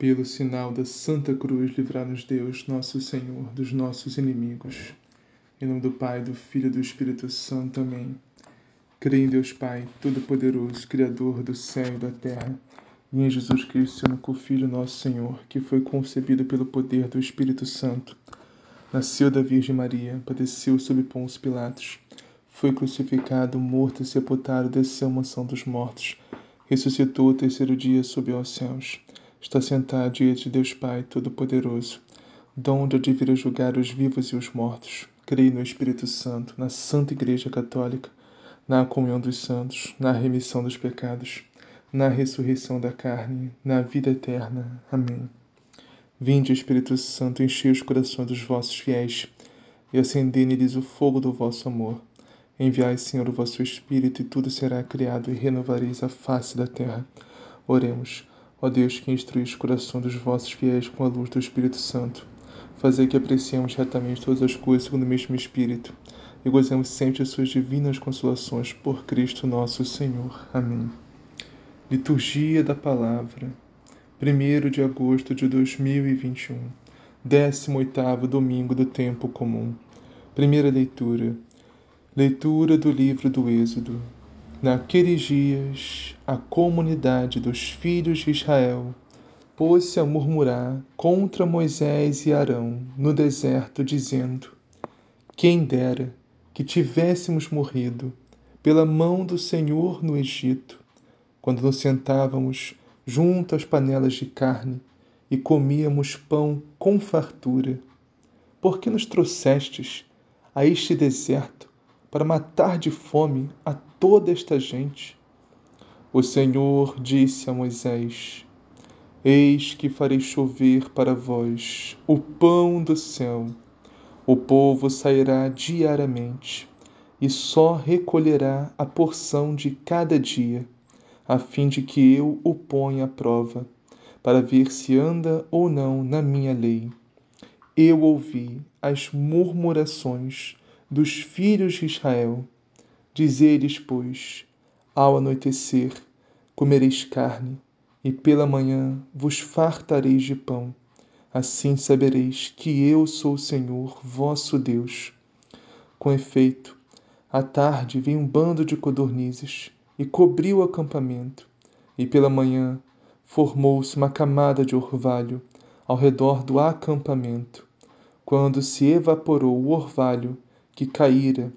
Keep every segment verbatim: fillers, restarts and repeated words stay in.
Pelo sinal da Santa Cruz, livrai-nos Deus, nosso Senhor, dos nossos inimigos. Em nome do Pai, do Filho e do Espírito Santo. Amém. Creio em Deus Pai, Todo-Poderoso, Criador do céu e da terra, e em Jesus Cristo, seu único Filho, nosso Senhor, que foi concebido pelo poder do Espírito Santo. Nasceu da Virgem Maria, padeceu sob Pôncio Pilatos, foi crucificado, morto e sepultado, desceu à mansão dos mortos, ressuscitou ao terceiro dia, subiu aos céus, está sentado diante de Deus Pai Todo-Poderoso, donde há de vir a julgar os vivos e os mortos. Creio no Espírito Santo, na Santa Igreja Católica, na comunhão dos santos, na remissão dos pecados, na ressurreição da carne, na vida eterna. Amém. Vinde, Espírito Santo, enchei os corações dos vossos fiéis e acendei neles o fogo do vosso amor. Enviai, Senhor, o vosso Espírito, e tudo será criado, e renovareis a face da terra. Oremos. Ó Deus, que instruís os corações dos vossos fiéis com a luz do Espírito Santo, fazei que apreciemos retamente todas as coisas segundo o mesmo Espírito, e gozemos sempre de suas divinas consolações, por Cristo nosso Senhor. Amém. Liturgia da Palavra. primeiro de agosto de dois mil e vinte e um, décimo oitavo domingo do tempo comum. Primeira leitura. Leitura do livro do Êxodo. Naqueles dias, a comunidade dos filhos de Israel pôs-se a murmurar contra Moisés e Arão no deserto, dizendo: quem dera que tivéssemos morrido pela mão do Senhor no Egito, quando nos sentávamos junto às panelas de carne e comíamos pão com fartura. Por que nos trouxestes a este deserto para matar de fome a toda esta gente? O Senhor disse a Moisés: eis que farei chover para vós o pão do céu. O povo sairá diariamente e só recolherá a porção de cada dia, a fim de que eu o ponha à prova, para ver se anda ou não na minha lei. Eu ouvi as murmurações dos filhos de Israel. Dizeres, pois, ao anoitecer comereis carne, e pela manhã vos fartareis de pão. Assim sabereis que eu sou o Senhor, vosso Deus. Com efeito, à tarde veio um bando de codornizes e cobriu o acampamento, e pela manhã formou-se uma camada de orvalho ao redor do acampamento. Quando se evaporou o orvalho que caíra,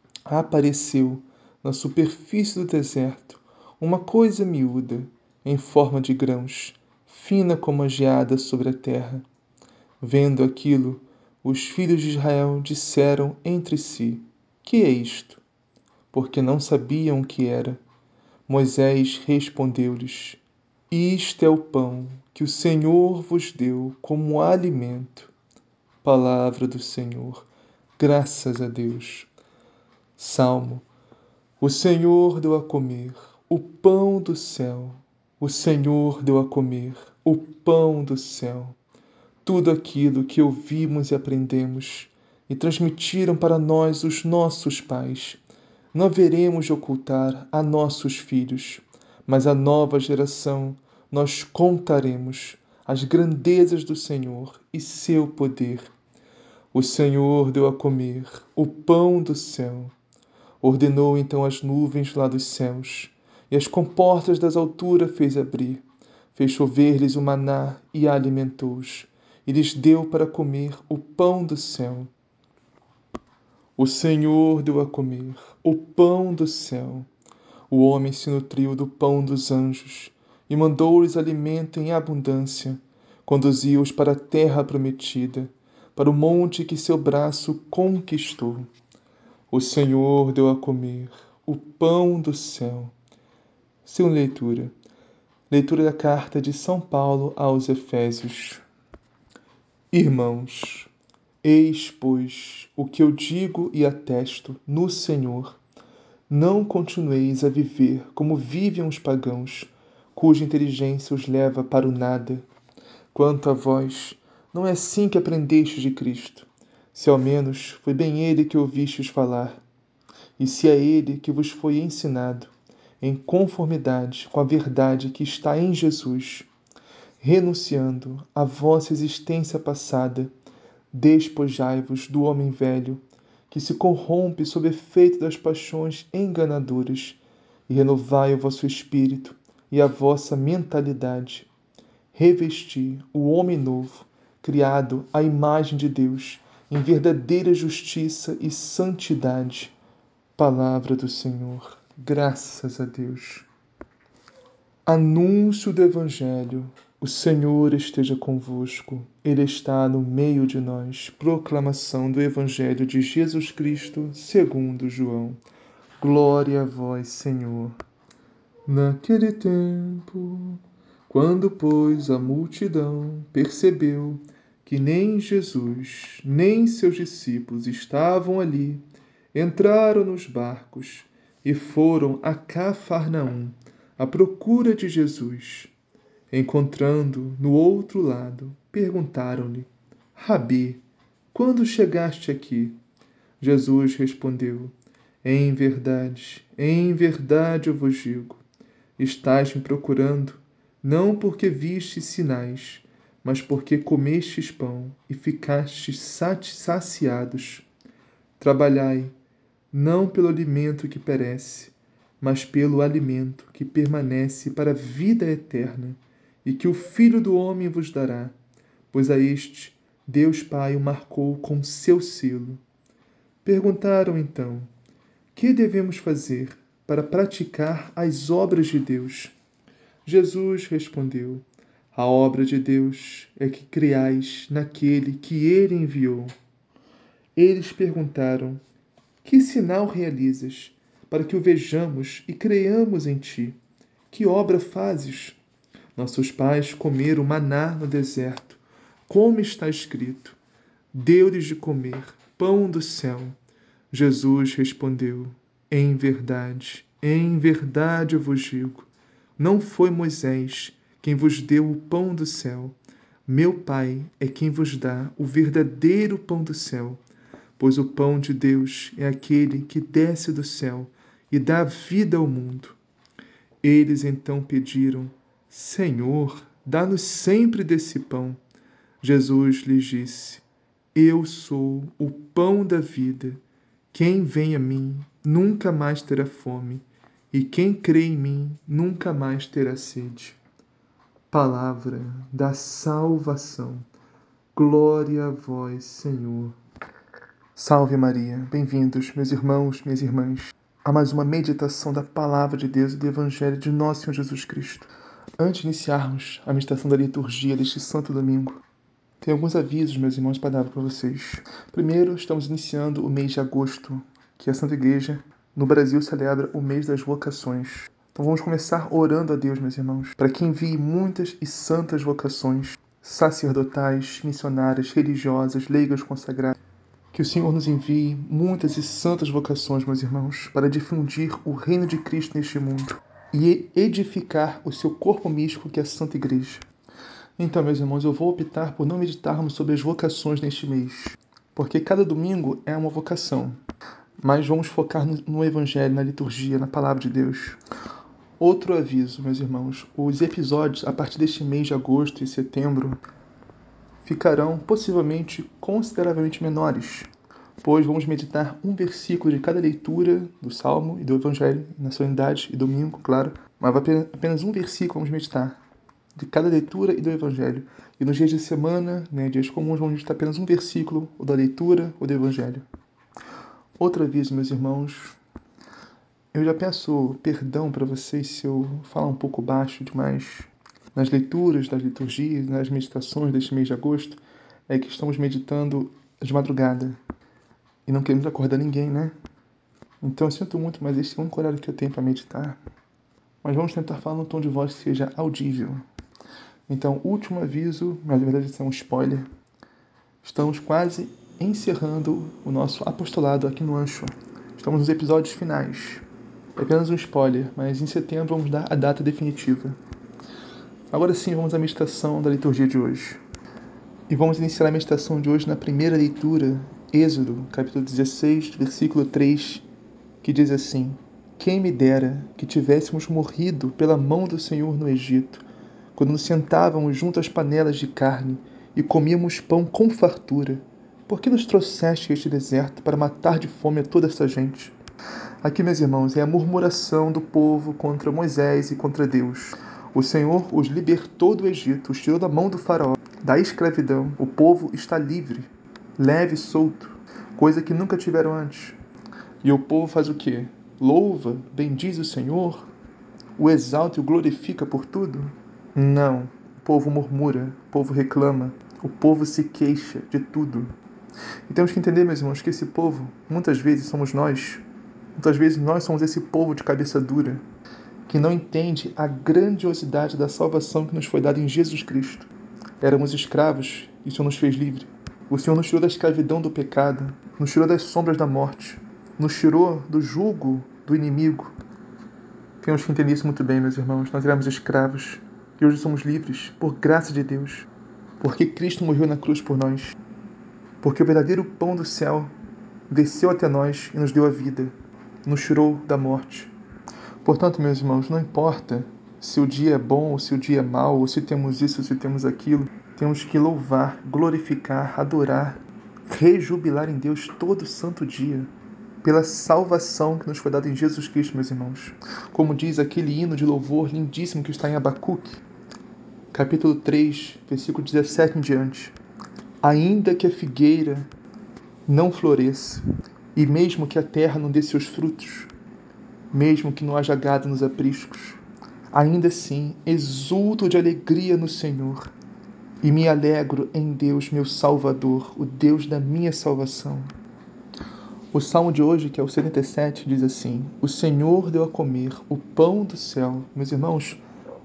apareceu na superfície do deserto uma coisa miúda, em forma de grãos, fina como a geada sobre a terra. Vendo aquilo, os filhos de Israel disseram entre si: que é isto? Porque não sabiam o que era. Moisés respondeu-lhes: isto é o pão que o Senhor vos deu como alimento. Palavra do Senhor. Graças a Deus. Salmo. O Senhor deu a comer o pão do céu. O Senhor deu a comer o pão do céu. Tudo aquilo que ouvimos e aprendemos e transmitiram para nós os nossos pais, não haveremos de ocultar a nossos filhos, mas à nova geração nós contaremos as grandezas do Senhor e seu poder. O Senhor deu a comer o pão do céu. Ordenou então as nuvens lá dos céus, e as comportas das alturas fez abrir. Fez chover-lhes o maná e alimentou-os, e lhes deu para comer o pão do céu. O Senhor deu a comer o pão do céu. O homem se nutriu do pão dos anjos, e mandou-lhes alimento em abundância. Conduziu-os para a terra prometida, para o monte que seu braço conquistou. O Senhor deu a comer o pão do céu. Segunda leitura. Leitura da carta de São Paulo aos Efésios. Irmãos, eis, pois, o que eu digo e atesto no Senhor. Não continueis a viver como vivem os pagãos, cuja inteligência os leva para o nada. Quanto a vós, não é assim que aprendestes de Cristo, se ao menos foi bem ele que ouvistes falar, e se é ele que vos foi ensinado, em conformidade com a verdade que está em Jesus. renunciando à vossa existência passada, despojai-vos do homem velho, que se corrompe sob efeito das paixões enganadoras, e renovai o vosso espírito e a vossa mentalidade. Revesti o homem novo, criado à imagem de Deus, em verdadeira justiça e santidade. Palavra do Senhor. Graças a Deus. Anúncio do Evangelho. O Senhor esteja convosco. Ele está no meio de nós. Proclamação do Evangelho de Jesus Cristo, segundo João. Glória a vós, Senhor. Naquele tempo, quando, pois, a multidão percebeu que nem Jesus, nem seus discípulos estavam ali, entraram nos barcos e foram a Cafarnaum, à procura de Jesus. Encontrando no outro lado, perguntaram-lhe: Rabi, quando chegaste aqui? Jesus respondeu: Em verdade, em verdade eu vos digo, estais me procurando, não porque vistes sinais, mas porque comestes pão e ficastes saciados. Trabalhai, não pelo alimento que perece, mas pelo alimento que permanece para a vida eterna, e que o Filho do Homem vos dará, pois a este Deus Pai o marcou com seu selo. Perguntaram então: que devemos fazer para praticar as obras de Deus? Jesus respondeu: a obra de Deus é que creais naquele que ele enviou. Eles perguntaram: que sinal realizas, para que o vejamos e creiamos em ti? Que obra fazes? Nossos pais comeram maná no deserto, como está escrito: deu-lhes de comer pão do céu. Jesus respondeu: em verdade, em verdade eu vos digo, não foi Moisés quem vos deu o pão do céu. Meu Pai é quem vos dá o verdadeiro pão do céu, pois o pão de Deus é aquele que desce do céu e dá vida ao mundo. Eles então pediram: Senhor, dá-nos sempre desse pão. Jesus lhes disse: eu sou o pão da vida. Quem vem a mim nunca mais terá fome, e quem crê em mim nunca mais terá sede. Palavra da salvação. Glória a vós, Senhor. Salve Maria, bem-vindos, meus irmãos, minhas irmãs, a mais uma meditação da Palavra de Deus e do Evangelho de Nosso Senhor Jesus Cristo. Antes de iniciarmos a meditação da liturgia deste Santo Domingo, tem alguns avisos, meus irmãos, para dar para vocês. Primeiro, estamos iniciando o mês de agosto, que a Santa Igreja no Brasil celebra o mês das vocações. Então vamos começar orando a Deus, meus irmãos, para que envie muitas e santas vocações sacerdotais, missionárias, religiosas, leigas consagradas. Que o Senhor nos envie muitas e santas vocações, meus irmãos, para difundir o reino de Cristo neste mundo e edificar o seu corpo místico, que é a Santa Igreja. Então, meus irmãos, eu vou optar por não meditarmos sobre as vocações neste mês, porque cada domingo é uma vocação, mas vamos focar no Evangelho, na liturgia, na Palavra de Deus. Outro aviso, meus irmãos, os episódios a partir deste mês de agosto e setembro ficarão possivelmente consideravelmente menores, pois vamos meditar um versículo de cada leitura do Salmo e do Evangelho, na solenidade e domingo, claro, mas apenas um versículo vamos meditar de cada leitura e do Evangelho. E nos dias de semana, né, dias comuns, vamos meditar apenas um versículo, ou da leitura ou do Evangelho. Outro aviso, meus irmãos, eu já peço perdão para vocês se eu falar um pouco baixo demais nas leituras das liturgias, nas meditações deste mês de agosto, é que estamos meditando de madrugada e não queremos acordar ninguém, né? Então eu sinto muito, mas este é o único horário que eu tenho para meditar. Mas vamos tentar falar num tom de voz que seja audível. Então, último aviso, mas na verdade isso é um spoiler. Estamos quase encerrando o nosso apostolado aqui no Ancho. Estamos nos episódios finais. É apenas um spoiler, mas em setembro vamos dar a data definitiva. Agora sim, vamos à meditação da liturgia de hoje. E vamos iniciar a meditação de hoje na primeira leitura, Êxodo, capítulo dezesseis, versículo três, que diz assim: quem me dera que tivéssemos morrido pela mão do Senhor no Egito, quando nos sentávamos junto às panelas de carne e comíamos pão com fartura, por que nos trouxeste a este deserto para matar de fome a toda essa gente? Aqui, meus irmãos, é a murmuração do povo contra Moisés e contra Deus. O Senhor os libertou do Egito, os tirou da mão do faraó, da escravidão. O povo está livre, leve e solto, coisa que nunca tiveram antes. E o povo faz o quê? Louva, bendiz o Senhor, o exalta e o glorifica por tudo? Não. O povo murmura, o povo reclama, o povo se queixa de tudo. E temos que entender, meus irmãos, que esse povo, muitas vezes somos nós, muitas vezes nós somos esse povo de cabeça dura, que não entende a grandiosidade da salvação que nos foi dada em Jesus Cristo. Éramos escravos e o Senhor nos fez livre. O Senhor nos tirou da escravidão do pecado, nos tirou das sombras da morte, nos tirou do jugo do inimigo. Temos que entender isso muito bem, meus irmãos. Nós éramos escravos e hoje somos livres, por graça de Deus, porque Cristo morreu na cruz por nós, porque o verdadeiro pão do céu desceu até nós e nos deu a vida, nos tirou da morte. Portanto, meus irmãos, não importa se o dia é bom ou se o dia é mau, ou se temos isso ou se temos aquilo, temos que louvar, glorificar, adorar, rejubilar em Deus todo santo dia, pela salvação que nos foi dada em Jesus Cristo, meus irmãos. Como diz aquele hino de louvor lindíssimo que está em Abacuque, capítulo três, versículo dezessete em diante. Ainda que a figueira não floresça, e mesmo que a terra não dê seus frutos, mesmo que não haja gado nos apriscos, ainda assim exulto de alegria no Senhor, e me alegro em Deus, meu Salvador, o Deus da minha salvação. O salmo de hoje, que é o setenta e sete, diz assim: O Senhor deu a comer o pão do céu. Meus irmãos,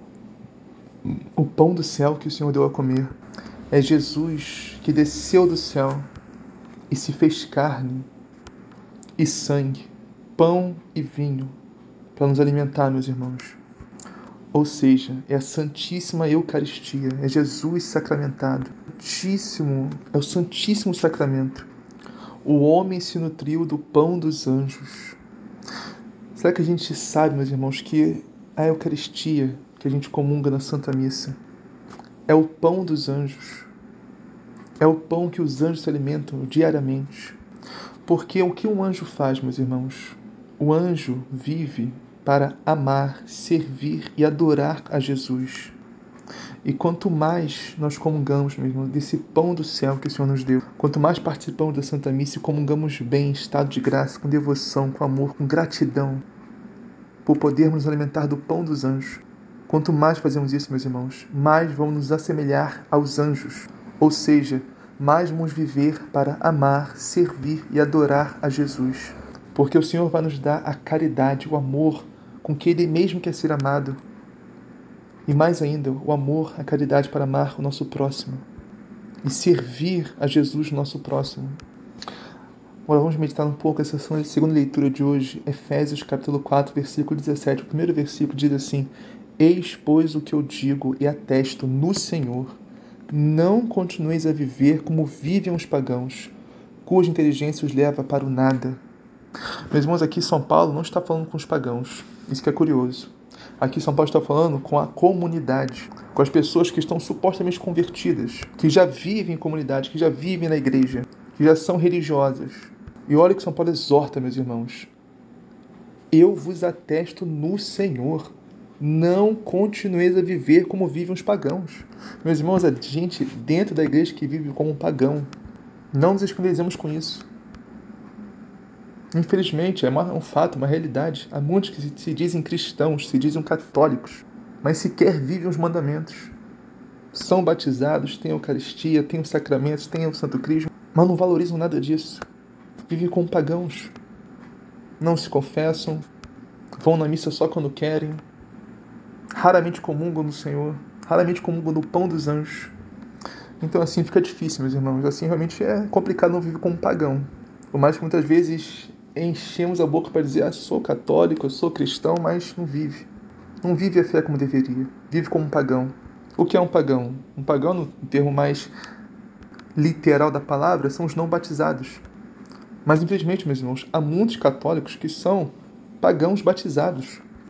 o pão do céu que o Senhor deu a comer é Jesus, que desceu do céu e se fez carne e sangue, pão e vinho, para nos alimentar, meus irmãos. Ou seja, é a Santíssima Eucaristia, é Jesus sacramentado. Santíssimo, é o Santíssimo Sacramento. O homem se nutriu do pão dos anjos. Será que a gente sabe, meus irmãos, que a Eucaristia que a gente comunga na Santa Missa é o pão dos anjos? É o pão que os anjos se alimentam diariamente. Porque o que um anjo faz, meus irmãos? O anjo vive para amar, servir e adorar a Jesus. E quanto mais nós comungamos, meu irmão, desse pão do céu que o Senhor nos deu, quanto mais participamos da Santa Missa e comungamos bem, em estado de graça, com devoção, com amor, com gratidão, por podermos nos alimentar do pão dos anjos, quanto mais fazemos isso, meus irmãos, mais vamos nos assemelhar aos anjos. Ou seja, mais vamos viver para amar, servir e adorar a Jesus. Porque o Senhor vai nos dar a caridade, o amor com que Ele mesmo quer ser amado. E mais ainda, o amor, a caridade para amar o nosso próximo. E servir a Jesus, nosso próximo. Agora vamos meditar um pouco essa segunda leitura de hoje, Efésios capítulo quatro, versículo dezessete. O primeiro versículo diz assim: Eis, pois, o que eu digo e atesto no Senhor. Não continueis a viver como vivem os pagãos, cuja inteligência os leva para o nada. Meus irmãos, aqui São Paulo não está falando com os pagãos. Isso que é curioso. Aqui São Paulo está falando com a comunidade, com as pessoas que estão supostamente convertidas, que já vivem em comunidade, que já vivem na igreja, que já são religiosas. E olha que São Paulo exorta, meus irmãos. Eu vos atesto no Senhor. Não continueis a viver como vivem os pagãos. Meus irmãos, a gente dentro da igreja que vive como um pagão. Não nos escandalizemos com isso. Infelizmente, é um fato, uma realidade. Há muitos que se dizem cristãos, se dizem católicos, mas sequer vivem os mandamentos. São batizados, têm a Eucaristia, têm os sacramentos, têm o Santo Crisma, mas não valorizam nada disso. Vivem como pagãos. Não se confessam, vão na missa só quando querem, raramente comungam no Senhor, raramente comungam no pão dos anjos. Então assim fica difícil, meus irmãos. Assim realmente é complicado não viver como pagão. Por mais que muitas vezes enchemos a boca para dizer, ah, sou católico, eu sou cristão, mas não vive. Não vive a fé como deveria. Vive como um pagão. O que é um pagão? Um pagão, no termo mais literal da palavra, são os não batizados. Mas, infelizmente, meus irmãos, há muitos católicos que são pagãos batizados.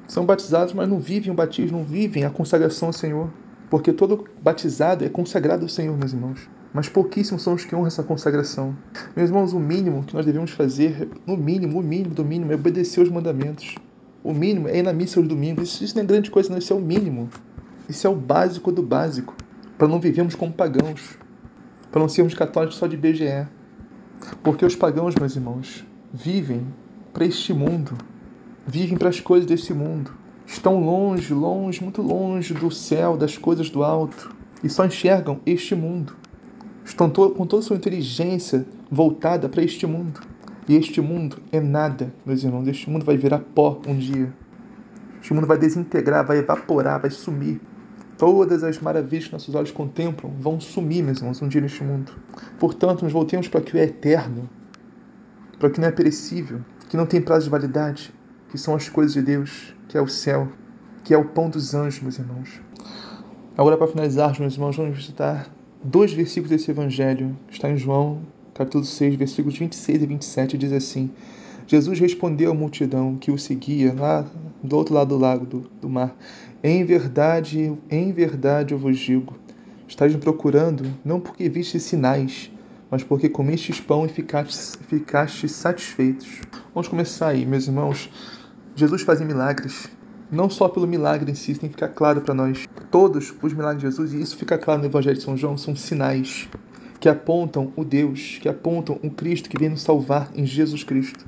São batizados, mas não vivem o batismo, não vivem a consagração ao Senhor. Porque todo batizado é consagrado ao Senhor, meus irmãos. Mas pouquíssimos são os que honram essa consagração. Meus irmãos, o mínimo que nós devemos fazer, no mínimo, o mínimo do mínimo, é obedecer aos mandamentos. O mínimo é ir na missa aos domingos. Isso, isso não é grande coisa, não. Isso é o mínimo. Isso é o básico do básico. Para não vivermos como pagãos. Para não sermos católicos só de B G E. Porque os pagãos, meus irmãos, vivem para este mundo. Vivem para as coisas desse mundo. Estão longe, longe, muito longe do céu, das coisas do alto. E só enxergam este mundo. Estão to- com toda a sua inteligência voltada para este mundo. E este mundo é nada, meus irmãos. Este mundo vai virar pó um dia. Este mundo vai desintegrar, vai evaporar, vai sumir. Todas as maravilhas que nossos olhos contemplam vão sumir, meus irmãos, um dia neste mundo. Portanto, nos voltemos para o que é eterno, para o que não é perecível, que não tem prazo de validade, que são as coisas de Deus, que é o céu, que é o pão dos anjos, meus irmãos. Agora, para finalizar, meus irmãos, vamos visitar dois versículos desse evangelho. Está em João, capítulo seis, versículos vinte e seis e vinte e sete, diz assim: Jesus respondeu à multidão que o seguia lá do outro lado do lago, do, do mar: Em verdade, em verdade eu vos digo, estáis me procurando não porque vistes sinais, mas porque comestes pão e ficastes, ficastes satisfeitos. Vamos começar aí, meus irmãos. Jesus fazia milagres. Não só pelo milagre em si, isso tem que ficar claro para nós. Todos os milagres de Jesus, e isso fica claro no Evangelho de São João, são sinais que apontam o Deus, que apontam o Cristo que vem nos salvar em Jesus Cristo.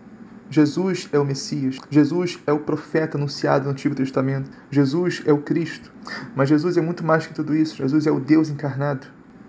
Jesus é o Messias. Jesus é o profeta anunciado no Antigo Testamento. Jesus é o Cristo. Mas Jesus é muito mais que tudo isso. Jesus é o Deus encarnado.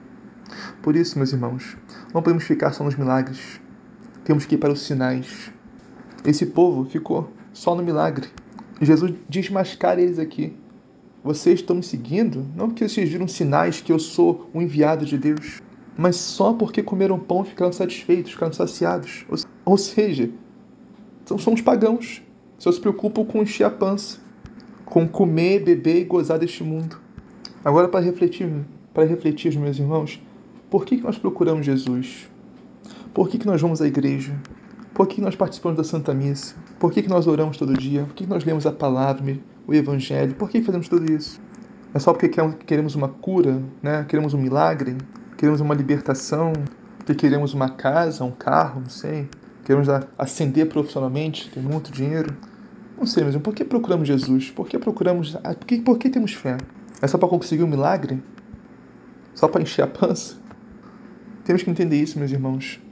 Por isso, meus irmãos, não podemos ficar só nos milagres. Temos que ir para os sinais. Esse povo ficou só no milagre. Jesus desmascara eles aqui. Vocês estão me seguindo não porque vocês viram sinais que eu sou o enviado de Deus, mas só porque comeram pão e ficaram satisfeitos, ficaram saciados. Ou seja, são os pagãos. Só se preocupam com encher a pança, com comer, beber e gozar deste mundo. Agora, para refletir, para refletir, meus irmãos, por que nós procuramos Jesus? Por que nós vamos à igreja? Por que nós participamos da Santa Missa? Por que nós oramos todo dia? Por que nós lemos a palavra, o Evangelho? Por que fazemos tudo isso? É só porque queremos uma cura, né? Queremos um milagre? Queremos uma libertação? Porque queremos uma casa, um carro, não sei. Queremos ascender profissionalmente, ter muito dinheiro? Não sei mesmo. Por que procuramos Jesus? Por que procuramos... Por que, por que temos fé? É só para conseguir um milagre? Só para encher a pança? Temos que entender isso, meus irmãos.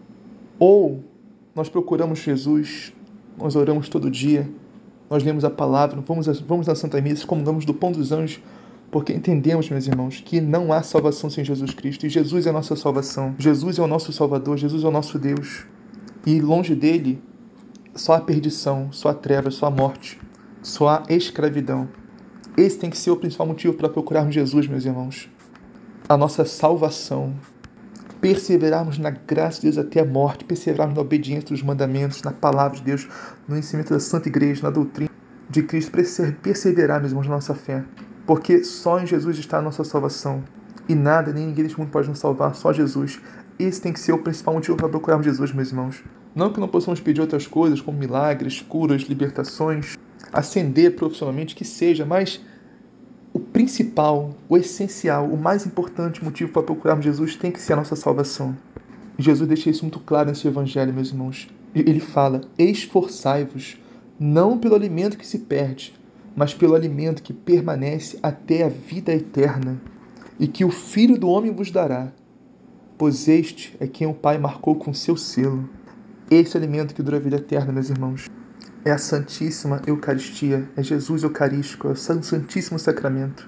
Ou nós procuramos Jesus, nós oramos todo dia, nós lemos a palavra, vamos, vamos na Santa Missa, comungamos do pão dos anjos, porque entendemos, meus irmãos, que não há salvação sem Jesus Cristo, e Jesus é a nossa salvação, Jesus é o nosso Salvador, Jesus é o nosso Deus, e longe dele só há perdição, só há trevas, só há morte, só há escravidão. Esse tem que ser o principal motivo para procurarmos Jesus, meus irmãos, a nossa salvação. Perseverarmos na graça de Deus até a morte, perseverarmos na obediência dos mandamentos, na palavra de Deus, no ensinamento da Santa Igreja, na doutrina de Cristo, perseverar, meus irmãos, na nossa fé, porque só em Jesus está a nossa salvação, e nada, nem ninguém deste mundo pode nos salvar, só Jesus. Esse tem que ser o principal motivo para procurarmos Jesus, meus irmãos. Não que não possamos pedir outras coisas, como milagres, curas, libertações, ascender profissionalmente, que seja, mas o principal, o essencial, o mais importante motivo para procurarmos Jesus tem que ser a nossa salvação. Jesus deixa isso muito claro nesse evangelho, meus irmãos. Ele fala: esforçai-vos, não pelo alimento que se perde, mas pelo alimento que permanece até a vida eterna, e que o Filho do Homem vos dará, pois este é quem o Pai marcou com seu selo. Esse alimento que dura a vida eterna, meus irmãos, é a Santíssima Eucaristia, é Jesus Eucarístico, é o Santíssimo Sacramento,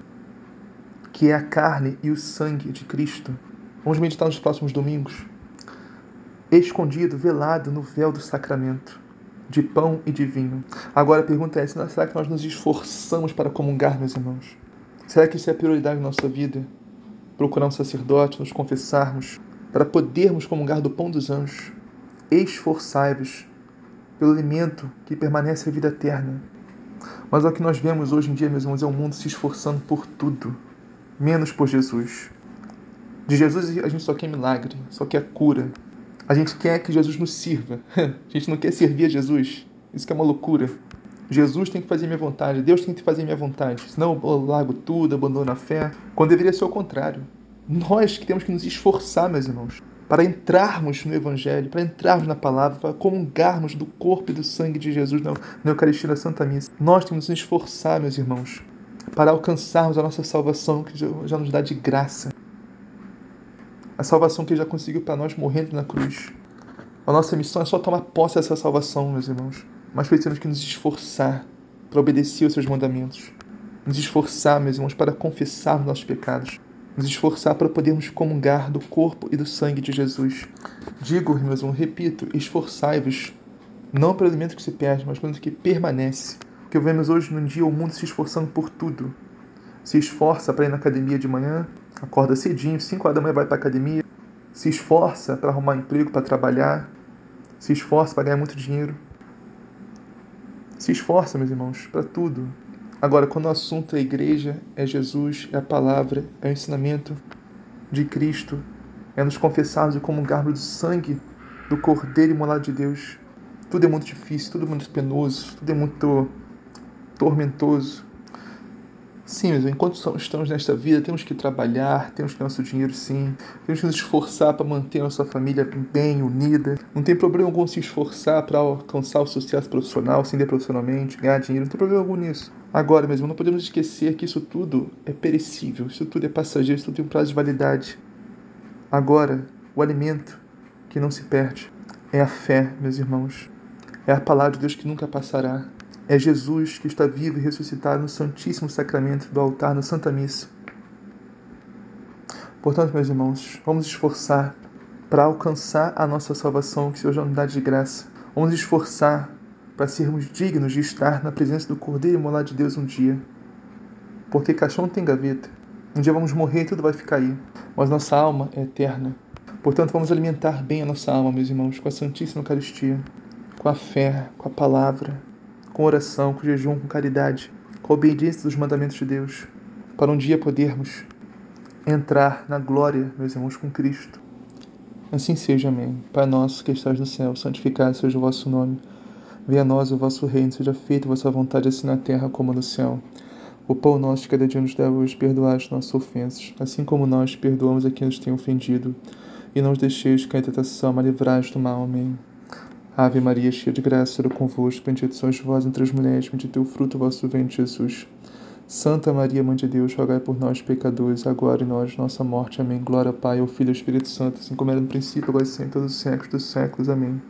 que é a carne e o sangue de Cristo. Vamos meditar nos próximos domingos. Escondido, velado no véu do sacramento, de pão e de vinho. Agora a pergunta é, será que nós nos esforçamos para comungar, meus irmãos? Será que isso é a prioridade da nossa vida? Procurar um sacerdote, nos confessarmos, para podermos comungar do pão dos anjos. Esforçai-vos pelo alimento que permanece a vida eterna. Mas o que nós vemos hoje em dia, meus irmãos, é o mundo se esforçando por tudo, menos por Jesus. De Jesus a gente só quer milagre, só quer cura. A gente quer que Jesus nos sirva. A gente não quer servir a Jesus. Isso que é uma loucura. Jesus tem que fazer minha vontade, Deus tem que fazer minha vontade, senão eu largo tudo, abandono a fé, quando deveria ser o contrário. Nós que temos que nos esforçar, meus irmãos, para entrarmos no Evangelho, para entrarmos na palavra, para comungarmos do corpo e do sangue de Jesus na, na Eucaristia da Santa Missa. Nós temos que nos esforçar, meus irmãos, para alcançarmos a nossa salvação que já nos dá de graça. A salvação que Ele já conseguiu para nós morrendo na cruz. A nossa missão é só tomar posse dessa salvação, meus irmãos. Mas precisamos que nos esforçar para obedecer aos seus mandamentos. Nos esforçar, meus irmãos, para confessar os nossos pecados. Nos esforçar para podermos comungar do corpo e do sangue de Jesus. Digo, meus irmãos, repito, esforçai-vos, não pelo alimento que se perde, mas pelo alimento que permanece. Porque vemos hoje num dia o mundo se esforçando por tudo. Se esforça para ir na academia de manhã, acorda cedinho, cinco horas da manhã vai para a academia, se esforça para arrumar emprego, para trabalhar, se esforça para ganhar muito dinheiro. Se esforça, meus irmãos, para tudo. Agora, quando o assunto é a igreja, é Jesus, é a palavra, é o ensinamento de Cristo, é nos confessarmos e comungarmos do sangue do Cordeiro imolado de Deus, tudo é muito difícil, tudo é muito penoso, tudo é muito tormentoso. Sim, mas enquanto estamos nesta vida, temos que trabalhar, temos que ter nosso dinheiro, sim. Temos que nos esforçar para manter a nossa família bem unida. Não tem problema algum se esforçar para alcançar o sucesso profissional, ascender profissionalmente, ganhar dinheiro. Não tem problema algum nisso. Agora mesmo, não podemos esquecer que isso tudo é perecível, isso tudo é passageiro, isso tudo tem um prazo de validade. Agora, o alimento que não se perde é a fé, meus irmãos. É a palavra de Deus que nunca passará. É Jesus que está vivo e ressuscitado no Santíssimo Sacramento do altar, na Santa Missa. Portanto, meus irmãos, vamos esforçar para alcançar a nossa salvação, que o Senhor já nos dá de graça. Vamos esforçar para sermos dignos de estar na presença do Cordeiro imolado de Deus um dia. Porque caixão não tem gaveta. Um dia vamos morrer e tudo vai ficar aí. Mas nossa alma é eterna. Portanto, vamos alimentar bem a nossa alma, meus irmãos, com a Santíssima Eucaristia, com a fé, com a palavra, com oração, com jejum, com caridade, com a obediência dos mandamentos de Deus, para um dia podermos entrar na glória, meus irmãos, com Cristo. Assim seja, amém. Pai nosso que estás no céu, santificado seja o vosso nome. Venha a nós o vosso reino, seja feita a vossa vontade, assim na terra como no céu. O pão nosso de cada dia nos dá hoje, perdoai as nossas ofensas, assim como nós perdoamos a quem nos tem ofendido. E não os deixeis cair em tentação, mas livrai-nos do mal. Amém. Ave Maria, cheia de graça, o Senhor é convosco, bendita sois vós entre as mulheres, bendito é o fruto do vosso ventre, Jesus. Santa Maria, Mãe de Deus, rogai por nós, pecadores, agora e na hora de nossa morte. Amém. Glória ao Pai, ao Filho e ao Espírito Santo, assim como era no princípio, agora e sempre, todos os séculos dos séculos. Amém.